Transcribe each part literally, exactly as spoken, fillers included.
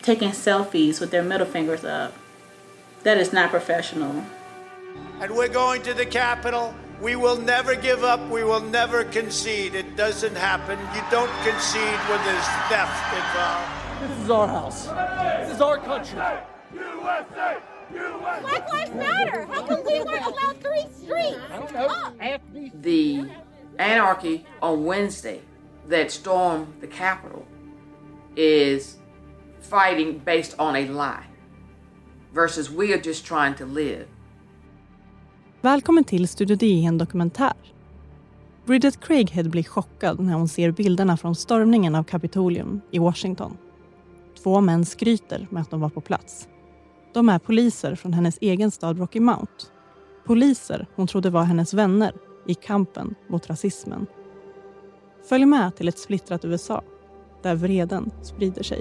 taking selfies with their middle fingers up. That is not professional. And we're going to the Capitol. We will never give up. We will never concede. It doesn't happen. You don't concede when there's theft involved. This is our house. This is our country. U S A! U S A! Black Lives Matter. How come we weren't allowed three streets? I don't know. The anarchy on Wednesday that stormed the Capitol is fighting based on a lie versus we are just trying to live. Välkommen till Studio D N Dokumentär. Bridget Craighead blir chockad när hon ser bilderna från stormningen av Kapitolium i Washington. Två män skryter med att de var på plats. De är poliser från hennes egen stad Rocky Mount. Poliser hon trodde var hennes vänner i kampen mot rasismen. Följ med till ett splittrat U S A där vreden sprider sig.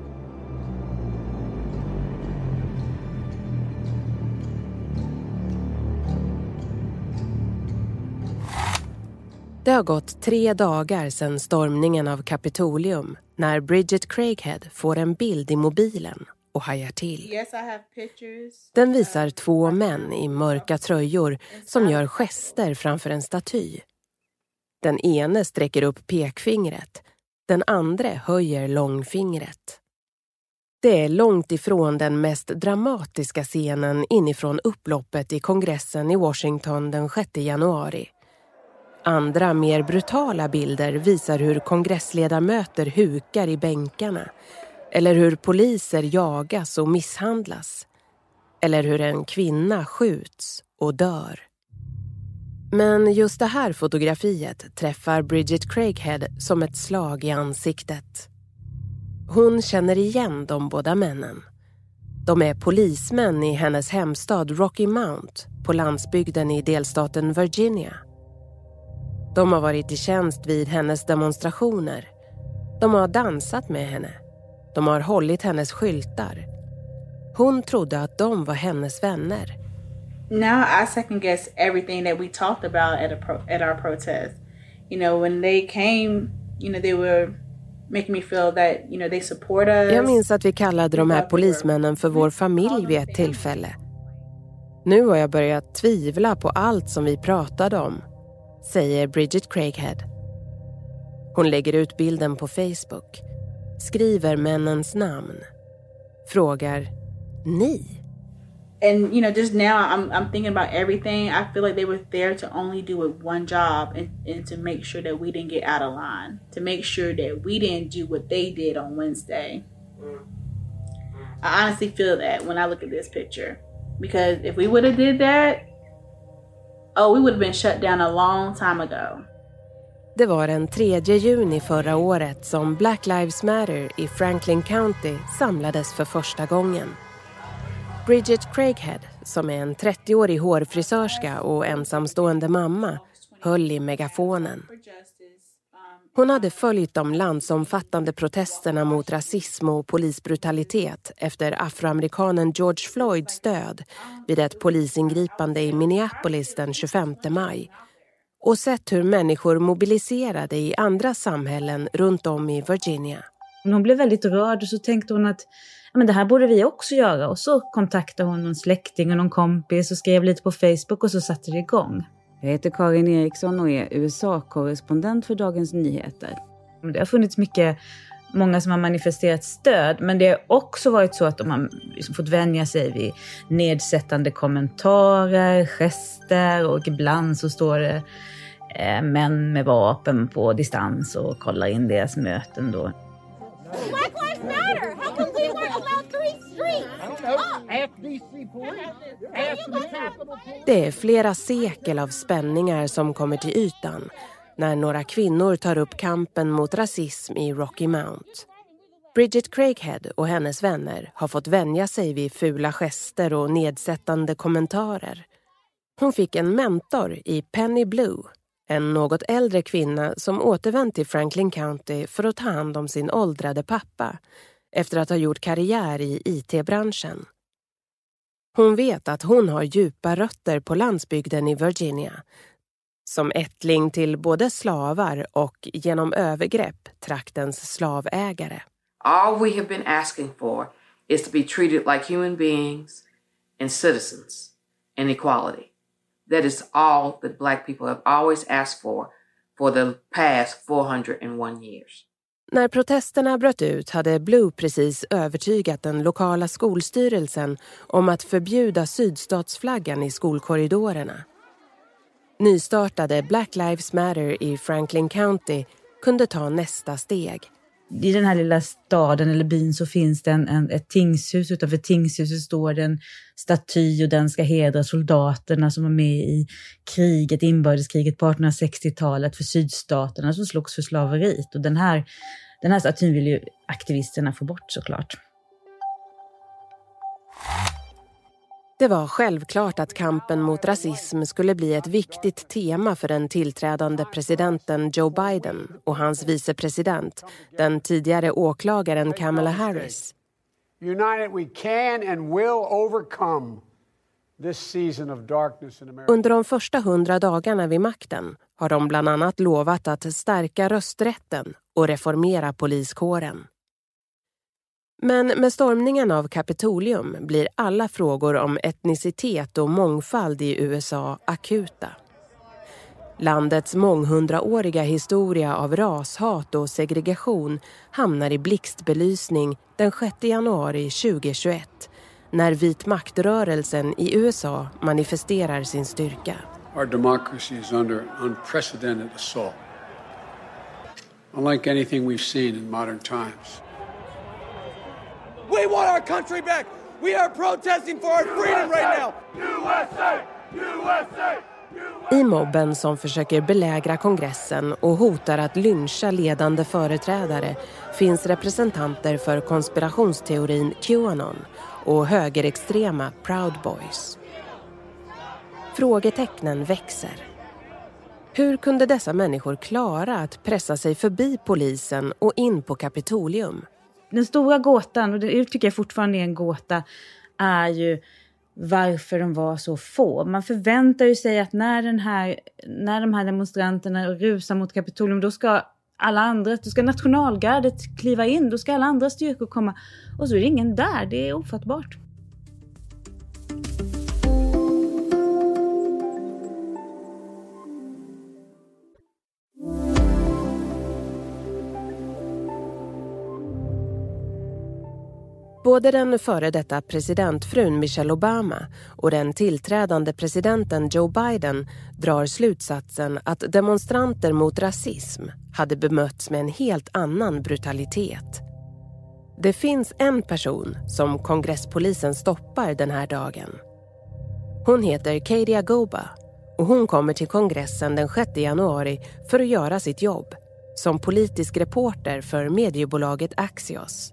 Det har gått tre dagar sedan stormningen av Kapitolium när Bridget Craighead får en bild i mobilen och hajar till. Yes, I have pictures. Den visar två män i mörka tröjor som gör gester framför en staty. Den ene sträcker upp pekfingret, den andra höjer långfingret. Det är långt ifrån den mest dramatiska scenen inifrån upploppet i kongressen i Washington den sjätte januari. Andra mer brutala bilder visar hur kongressledamöter hukar i bänkarna eller hur poliser jagas och misshandlas eller hur en kvinna skjuts och dör. Men just det här fotografiet träffar Bridget Craighead som ett slag i ansiktet. Hon känner igen de båda männen. De är polismän i hennes hemstad Rocky Mount på landsbygden i delstaten Virginia. De har varit i tjänst vid hennes demonstrationer. De har dansat med henne. De har hållit hennes skyltar. Hon trodde att de var hennes vänner. Now I second guess everything that we talked about at a pro- at our protest. You know, when they came, you know, they were making me feel that, you know, they support us. Jag minns att vi kallade de här polismännen för vår familj vid ett tillfälle. Nu har jag börjat tvivla på allt som vi pratade om, säger Bridget Craighead. Hon lägger ut bilden på Facebook, skriver männens namn, frågar ni. And, you know, just now I'm I'm thinking about everything. I feel like they were there to only do it one job and, and to make sure that we didn't get out of line. To make sure that we didn't do what they did on Wednesday. I honestly feel that when I look at this picture. Because if we would have did that, oh, we would have been shut down a long time ago. Det var den tredje juni förra året som Black Lives Matter i Franklin County samlades för första gången. Bridget Craighead, som är en trettioårig hårfrisörska och ensamstående mamma, höll i megafonen. Hon hade följt de landsomfattande protesterna mot rasism och polisbrutalitet efter afroamerikanen George Floyds död vid ett polisingripande i Minneapolis den tjugofemte maj och sett hur människor mobiliserade i andra samhällen runt om i Virginia. Hon blev väldigt rörd och så tänkte hon att ja, men det här borde vi också göra. Och så kontaktade hon någon släkting och någon kompis och skrev lite på Facebook och så satte det igång. Jag heter Karin Eriksson och är U S A-korrespondent för Dagens Nyheter. Det har funnits mycket, många som har manifesterat stöd. Men det har också varit så att de har liksom fått vänja sig vid nedsättande kommentarer, gester och ibland så står det eh, män med vapen på distans och kollar in deras möten då. Black Lives Matter. How come we weren't allowed three streets? I don't know. Ask D C police. Ask the Capitol police. Det är flera sekel av spänningar som kommer till ytan när några kvinnor tar upp kampen mot rasism i Rocky Mount. Bridget Craighead och hennes vänner har fått vänja sig vid fula gester och nedsättande kommentarer. Hon fick en mentor i Penny Blue, en något äldre kvinna som återvänt till Franklin County för att ta hand om sin åldrade pappa efter att ha gjort karriär i I T-branschen. Hon vet att hon har djupa rötter på landsbygden i Virginia, som ättling till både slavar och genom övergrepp traktens slavägare. All we have been asking for is to be treated like human beings and citizens and equality. That is all that Black people have always asked for for the past four hundred one years. När protesterna bröt ut hade Blue precis övertygat den lokala skolstyrelsen om att förbjuda sydstatsflaggan i skolkorridorerna. Nystartade Black Lives Matter i Franklin County kunde ta nästa steg. I den här lilla staden eller byn så finns det en, en, ett tingshus. Utanför tingshuset står det en staty och den ska hedra soldaterna som var med i kriget, inbördeskriget på artonhundrasextiotalet för sydstaterna som slogs för slaveriet. Och den här, den här statyn vill ju aktivisterna få bort såklart. Det var självklart att kampen mot rasism skulle bli ett viktigt tema för den tillträdande presidenten Joe Biden och hans vicepresident, den tidigare åklagaren Kamala Harris. United we can and will overcome this season of darkness in America. Under de första hundra dagarna vid makten har de bland annat lovat att stärka rösträtten och reformera poliskåren. Men med stormningen av Kapitolium blir alla frågor om etnicitet och mångfald i U S A akuta. Landets månghundraåriga historia av rashat och segregation hamnar i blixtbelysning den sjätte januari tjugohundratjugoett när vit maktrörelsen i U S A manifesterar sin styrka. Our democracy is under unprecedented assault. Unlike anything we've seen in modern times. We want our country back. We are protesting for our freedom right now. U S A! U S A! I mobben som försöker belägra kongressen och hotar att lyncha ledande företrädare finns representanter för konspirationsteorin QAnon och högerextrema Proud Boys. Frågetecknen växer. Hur kunde dessa människor klara att pressa sig förbi polisen och in på Kapitolium? Den stora gåtan, och det tycker jag fortfarande är en gåta, är ju varför de var så få. Man förväntar ju sig att när, den här, när de här demonstranterna rusar mot Kapitolium, då ska alla andra, då ska nationalgardet kliva in, då ska alla andra styrkor komma. Och så är det ingen där, det är ofattbart. Både den före detta presidentfrun Michelle Obama och den tillträdande presidenten Joe Biden drar slutsatsen att demonstranter mot rasism hade bemötts med en helt annan brutalitet. Det finns en person som kongresspolisen stoppar den här dagen. Hon heter Katie Agoba och hon kommer till kongressen den sjätte januari för att göra sitt jobb som politisk reporter för mediebolaget Axios.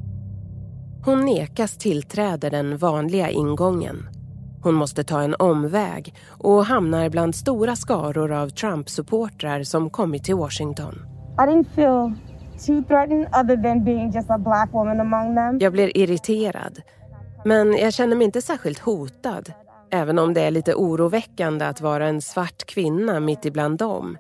Hon nekas tillträde den vanliga ingången. Hon måste ta en omväg och hamnar bland stora skaror av Trump-supportrar som kommit till Washington. I didn't feel too threatened other than being just a black woman among them. Jag blir irriterad, men jag känner mig inte särskilt hotad, även om det är lite oroväckande att vara en svart kvinna mitt ibland dem.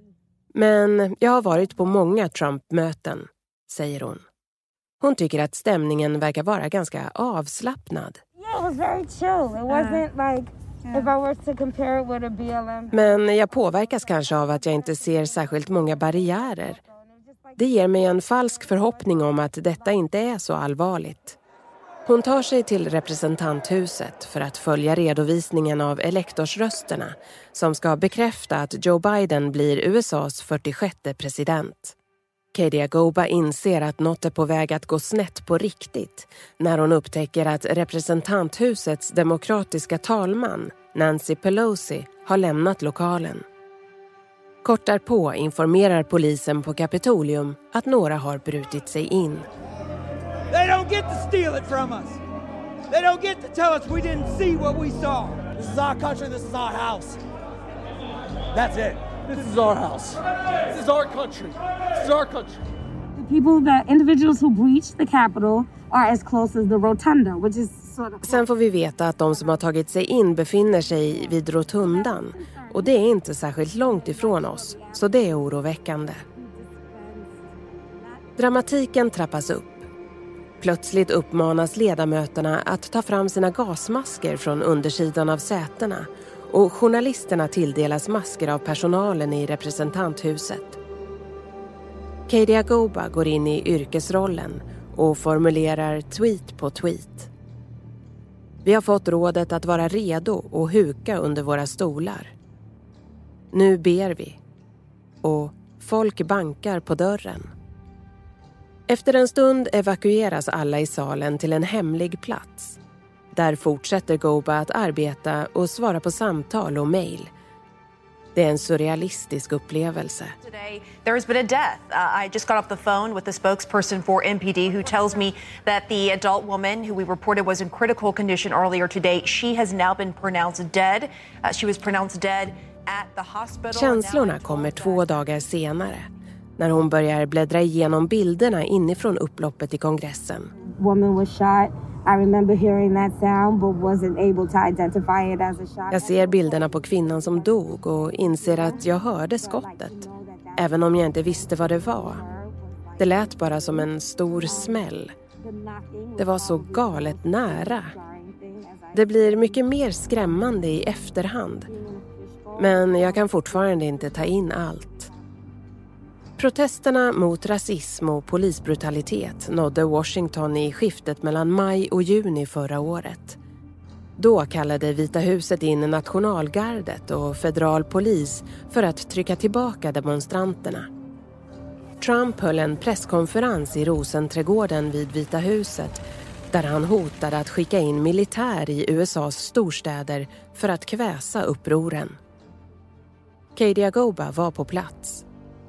Men jag har varit på många Trump-möten, säger hon. Hon tycker att stämningen verkar vara ganska avslappnad. Yeah, it was very chill. It wasn't like if I were to compare it with a B L M. Men jag påverkas kanske av att jag inte ser särskilt många barriärer. Det ger mig en falsk förhoppning om att detta inte är så allvarligt. Hon tar sig till representanthuset för att följa redovisningen av elektorsrösterna som ska bekräfta att Joe Biden blir U S A:s fyrtiosjätte president. Katie Agoba inser att något är på väg att gå snett på riktigt när hon upptäcker att representanthusets demokratiska talman, Nancy Pelosi, har lämnat lokalen. Kort därpå informerar polisen på Kapitolium att några har brutit sig in. They don't get to steal it from us. They don't get to tell us we didn't see what we saw. This is our country, this is our house. That's it. This is our house. This is our country. This is our country. The people, the individuals who breached the Capitol are as close as the rotunda, which is sort of... Sen får vi veta att de som har tagit sig in befinner sig vid rotundan. Och det är inte särskilt långt ifrån oss, så det är oroväckande. Dramatiken trappas upp. Plötsligt uppmanas ledamöterna att ta fram sina gasmasker från undersidan av sätena och journalisterna tilldelas masker av personalen i representanthuset. Katie Agoba går in i yrkesrollen och formulerar tweet på tweet. Vi har fått rådet att vara redo och huka under våra stolar. Nu ber vi. Och folk bankar på dörren. Efter en stund evakueras alla i salen till en hemlig plats. Där fortsätter Goba att arbeta och svara på samtal och mejl. Det är en surrealistisk upplevelse. Today there has been a death. Uh, I just got off the phone with the spokesperson for M P D who tells me that the adult woman who we reported was in critical condition earlier today, she has now been pronounced dead. Uh, she was pronounced dead at the hospital. Känslorna kommer två dagar senare när hon börjar bläddra igenom bilderna inifrån upploppet i kongressen. Woman was shot. I remember hearing that sound but wasn't able to identify it as a shot. Jag ser bilderna på kvinnan som dog och inser att jag hörde skottet, även om jag inte visste vad det var. Det lät bara som en stor smäll. Det var så galet nära. Det blir mycket mer skrämmande i efterhand. Men jag kan fortfarande inte ta in allt. Protesterna mot rasism och polisbrutalitet nådde Washington i skiftet mellan maj och juni förra året. Då kallade Vita huset in nationalgardet och federal polis för att trycka tillbaka demonstranterna. Trump höll en presskonferens i Rosenträdgården vid Vita huset där han hotade att skicka in militär i U S A:s storstäder för att kväsa upproren. Katie Agoba var på plats.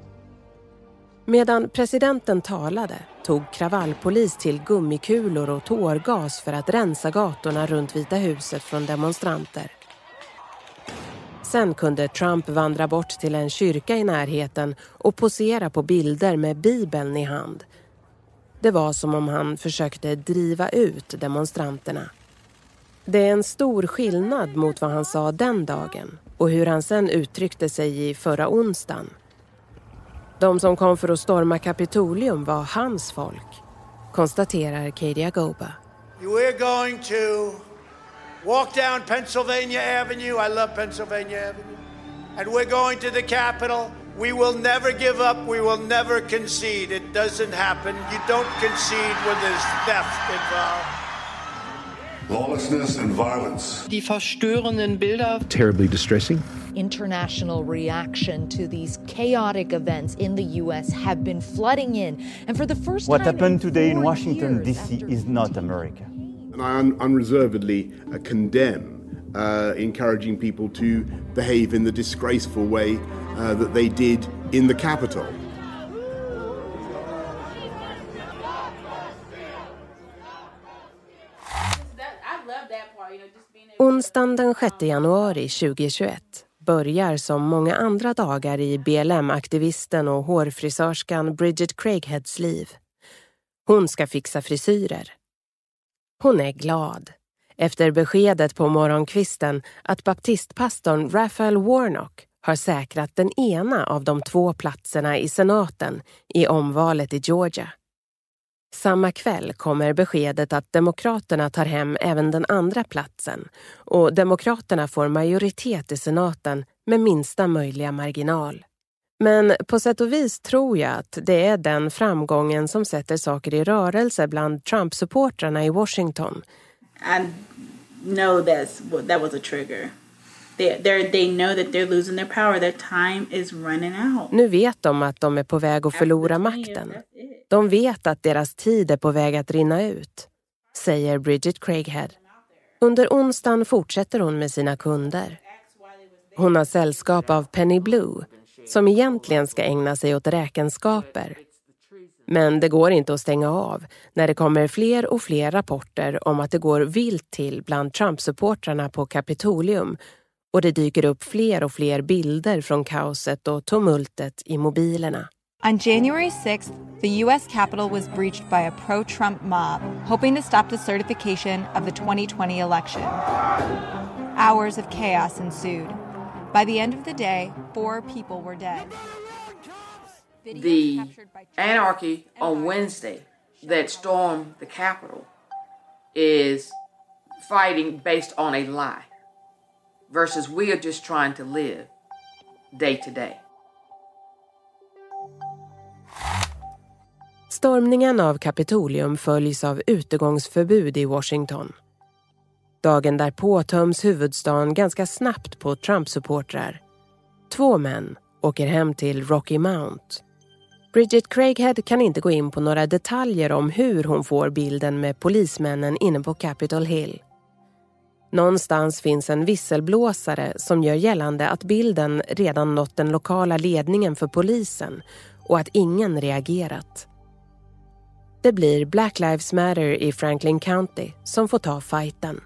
Medan presidenten talade tog kravallpolis till gummikulor och tårgas för att rensa gatorna runt Vita huset från demonstranter. Sen kunde Trump vandra bort till en kyrka i närheten och posera på bilder med Bibeln i hand. Det var som om han försökte driva ut demonstranterna. Det är en stor skillnad mot vad han sa den dagen och hur han sen uttryckte sig i förra onsdagen. De som kom för att storma Kapitolium var hans folk, konstaterar Katie Agoba. We're going to walk down Pennsylvania Avenue. I love Pennsylvania Avenue. And we're going to the Capitol. We will never give up. We will never concede. It doesn't happen. You don't concede when there's theft involved. Lawlessness and violence. Die verstörenden Bilder. Terribly distressing. International reaction to these chaotic events in the U S have been flooding in. And for the first what time happened in today in four Washington, D C years is not America. And I un- unreservedly uh, condemn uh, encouraging people to behave in the disgraceful way uh, that they did in the Capitol. Onsdagen den sjätte januari tjugohundratjugoett börjar som många andra dagar i B L M-aktivisten och hårfrisörskan Bridget Craigheads liv. Hon ska fixa frisyrer. Hon är glad. Efter beskedet på morgonkvisten att baptistpastorn Raphael Warnock har säkrat den ena av de två platserna i senaten i omvalet i Georgia. Samma kväll kommer beskedet att demokraterna tar hem även den andra platsen och demokraterna får majoritet i senaten med minsta möjliga marginal. Men på sätt och vis tror jag att det är den framgången som sätter saker i rörelse bland Trump-supportrarna i Washington. I know that's, that was a trigger. They, they're, they know that they're losing their power. Their time is running out. Nu vet de att de är på väg att förlora makten. De vet att deras tid är på väg att rinna ut, säger Bridget Craighead. Under onsdagen fortsätter hon med sina kunder. Hon har sällskap av Penny Blue, som egentligen ska ägna sig åt räkenskaper. Men det går inte att stänga av när det kommer fler och fler rapporter om att det går vilt till bland Trump-supportrarna på Kapitolium och det dyker upp fler och fler bilder från kaoset och tumultet i mobilerna. On January sixth, the U S Capitol was breached by a pro-Trump mob, hoping to stop the certification of the twenty twenty election. Hours of chaos ensued. By the end of the day, four people were dead. The anarchy on Wednesday that stormed the Capitol is fighting based on a lie versus we are just trying to live day to day. Stormningen av Kapitolium följs av utegångsförbud i Washington. Dagen därpå töms huvudstaden ganska snabbt på Trump-supportrar. Två män åker hem till Rocky Mount. Bridget Craighead kan inte gå in på några detaljer om hur hon får bilden med polismännen inne på Capitol Hill. Någonstans finns en visselblåsare som gör gällande att bilden redan nått den lokala ledningen för polisen och att ingen reagerat. Det blir Black Lives Matter i Franklin County som får ta fighten.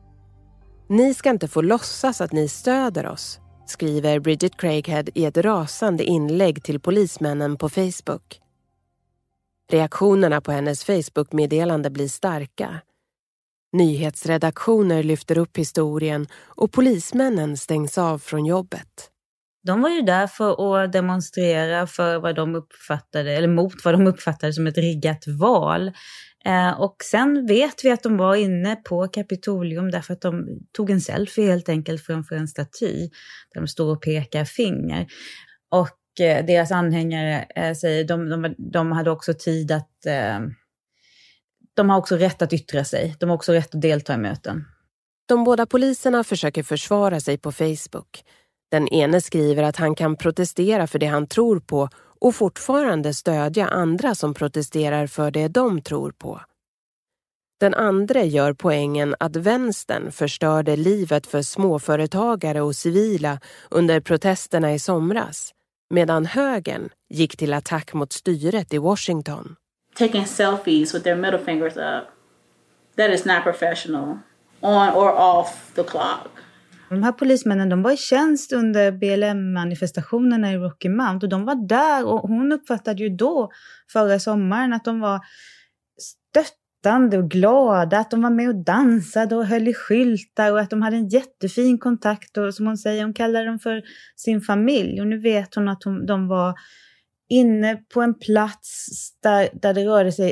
Ni ska inte få låtsas att ni stöder oss, skriver Bridget Craighead i ett rasande inlägg till polismännen på Facebook. Reaktionerna på hennes Facebook-meddelande blir starka. Nyhetsredaktioner lyfter upp historien och polismännen stängs av från jobbet. De var ju där för att demonstrera för vad de uppfattade, eller mot vad de uppfattade som ett riggat val. Eh, och sen vet vi att de var inne på Kapitolium därför att de tog en selfie helt enkelt framför en staty där de står och pekar finger. Och eh, deras anhängare eh, säger de, de, de hade också tid att... Eh, de har också rätt att yttra sig. De har också rätt att delta i möten. De båda poliserna försöker försvara sig på Facebook. Den ene skriver att han kan protestera för det han tror på och fortfarande stödja andra som protesterar för det de tror på. Den andra gör poängen att vänstern förstörde livet för småföretagare och civila under protesterna i somras, medan högern gick till attack mot styret i Washington. Taking selfies with their middle fingers up, that is not professional, on or off the clock. De här polismännen, de var i tjänst under B L M-manifestationerna i Rocky Mount och de var där och hon uppfattade ju då förra sommaren att de var stöttande och glada, att de var med och dansade och höll i skyltar och att de hade en jättefin kontakt och som hon säger, hon kallar dem för sin familj och nu vet hon att hon, de var inne på en plats där, där det rörde sig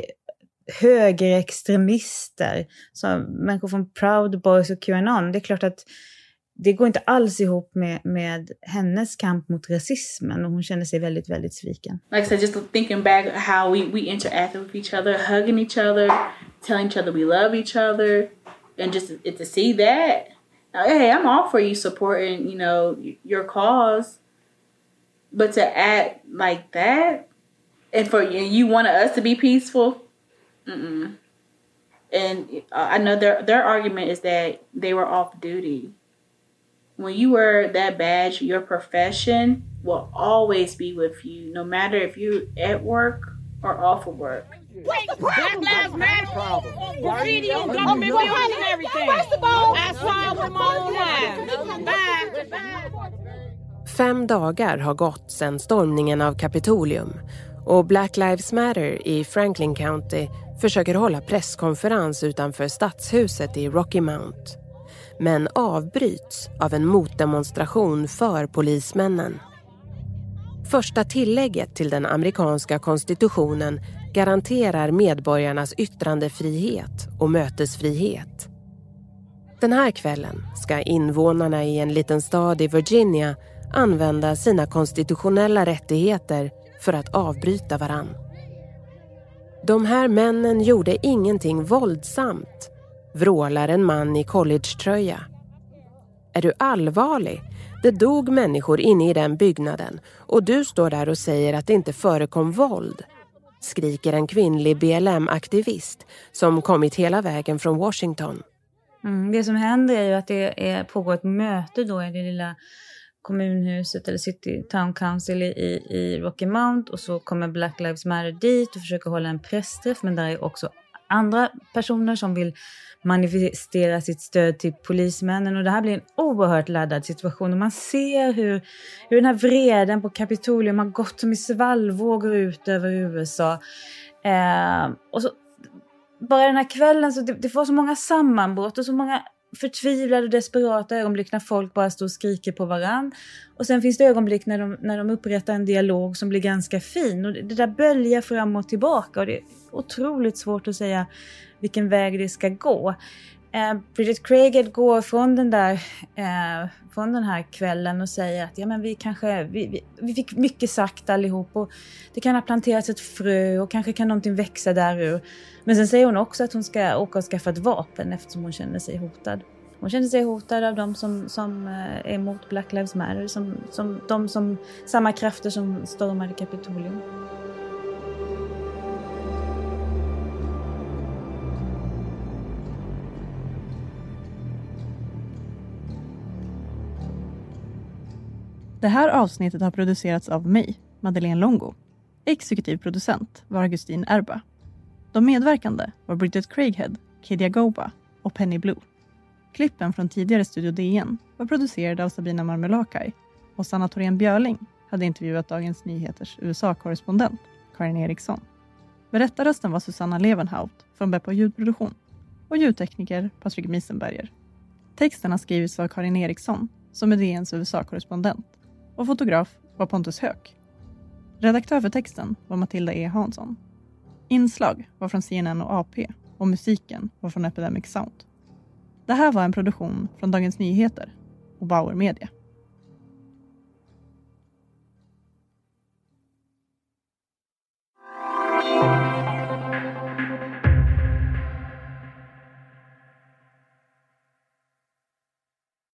högerextremister, så människor från Proud Boys och QAnon. Det är klart att det går inte alls ihop med, med hennes kamp mot rasismen och hon känner sig väldigt, väldigt sviken. Like I said, just thinking back how we, we interacted with each other, hugging each other, telling each other we love each other, and just to, to see that, hey, I'm all for you supporting, you know, your cause, but to act like that, and for and you want us to be peaceful, mm-mm. And I know their their argument is that they were off duty. When you wear that badge, your profession will always be with you, no matter if you're at work or off of work. Black Lives Matter, graffiti on government buildings and everything. First of all, I saw with my own eyes. Bye. Bye. Fem dagar har gått sedan stormningen av Kapitolium och Black Lives Matter i Franklin County försöker hålla presskonferens utanför stadshuset i Rocky Mount. Men avbryts av en motdemonstration för polismännen. Första tillägget till den amerikanska konstitutionen garanterar medborgarnas yttrandefrihet och mötesfrihet. Den här kvällen ska invånarna i en liten stad i Virginia använda sina konstitutionella rättigheter för att avbryta varann. De här männen gjorde ingenting våldsamt, vrålar en man i collegetröja. Är du allvarlig? Det dog människor inne i den byggnaden och du står där och säger att det inte förekom våld, skriker en kvinnlig B L M-aktivist som kommit hela vägen från Washington. Mm, det som händer är ju att det är, pågår ett möte då i det lilla kommunhuset eller City Town Council i, i Rocky Mount och så kommer Black Lives Matter dit och försöker hålla en pressträff, men där är också andra personer som vill manifestera sitt stöd till polismännen och det här blir en oerhört laddad situation och man ser hur, hur den här vreden på Kapitolium har gått som i svallvågor ut över U S A. Eh, och så bara den här kvällen så det, det var så många sammanbrott och så många förtvivlade och desperata ögonblick när folk bara står och skriker på varann. Och sen finns det ögonblick när de, när de upprättar en dialog som blir ganska fin. Och det, det där böljar fram och tillbaka. Och det är otroligt svårt att säga vilken väg det ska gå. Eh, Bridget Craighead går från den där eh, från den här kvällen och säger att ja, men vi kanske vi, vi, vi fick mycket sagt allihop och det kan ha planterats ett frö och kanske kan någonting växa där ur. Men sen säger hon också att hon ska åka och skaffa ett vapen eftersom hon känner sig hotad. Hon känner sig hotad av de som, som är emot Black Lives Matter, som, som, de som samma krafter som stormade Kapitolium. Det här avsnittet har producerats av mig, Madeleine Longo. Exekutiv producent var Augustin Erba. De medverkande var Bridget Craighead, Kedia Goba och Penny Blue. Klippen från tidigare Studio D N var producerade av Sabina Marmelakai och Sanna Thorén Björling hade intervjuat Dagens Nyheters U S A-korrespondent Karin Eriksson. Berättarrösten var Susanna Levenhaut från Beppo ljudproduktion och ljudtekniker Patrik Miesenberger. Texten har skrivits av Karin Eriksson som är D N:s U S A-korrespondent och fotograf var Pontus Höök. Redaktör för texten var Matilda E. Hansson. Inslag var från C N N och A P och musiken var från Epidemic Sound. Det här var en produktion från Dagens Nyheter och Bauer Media.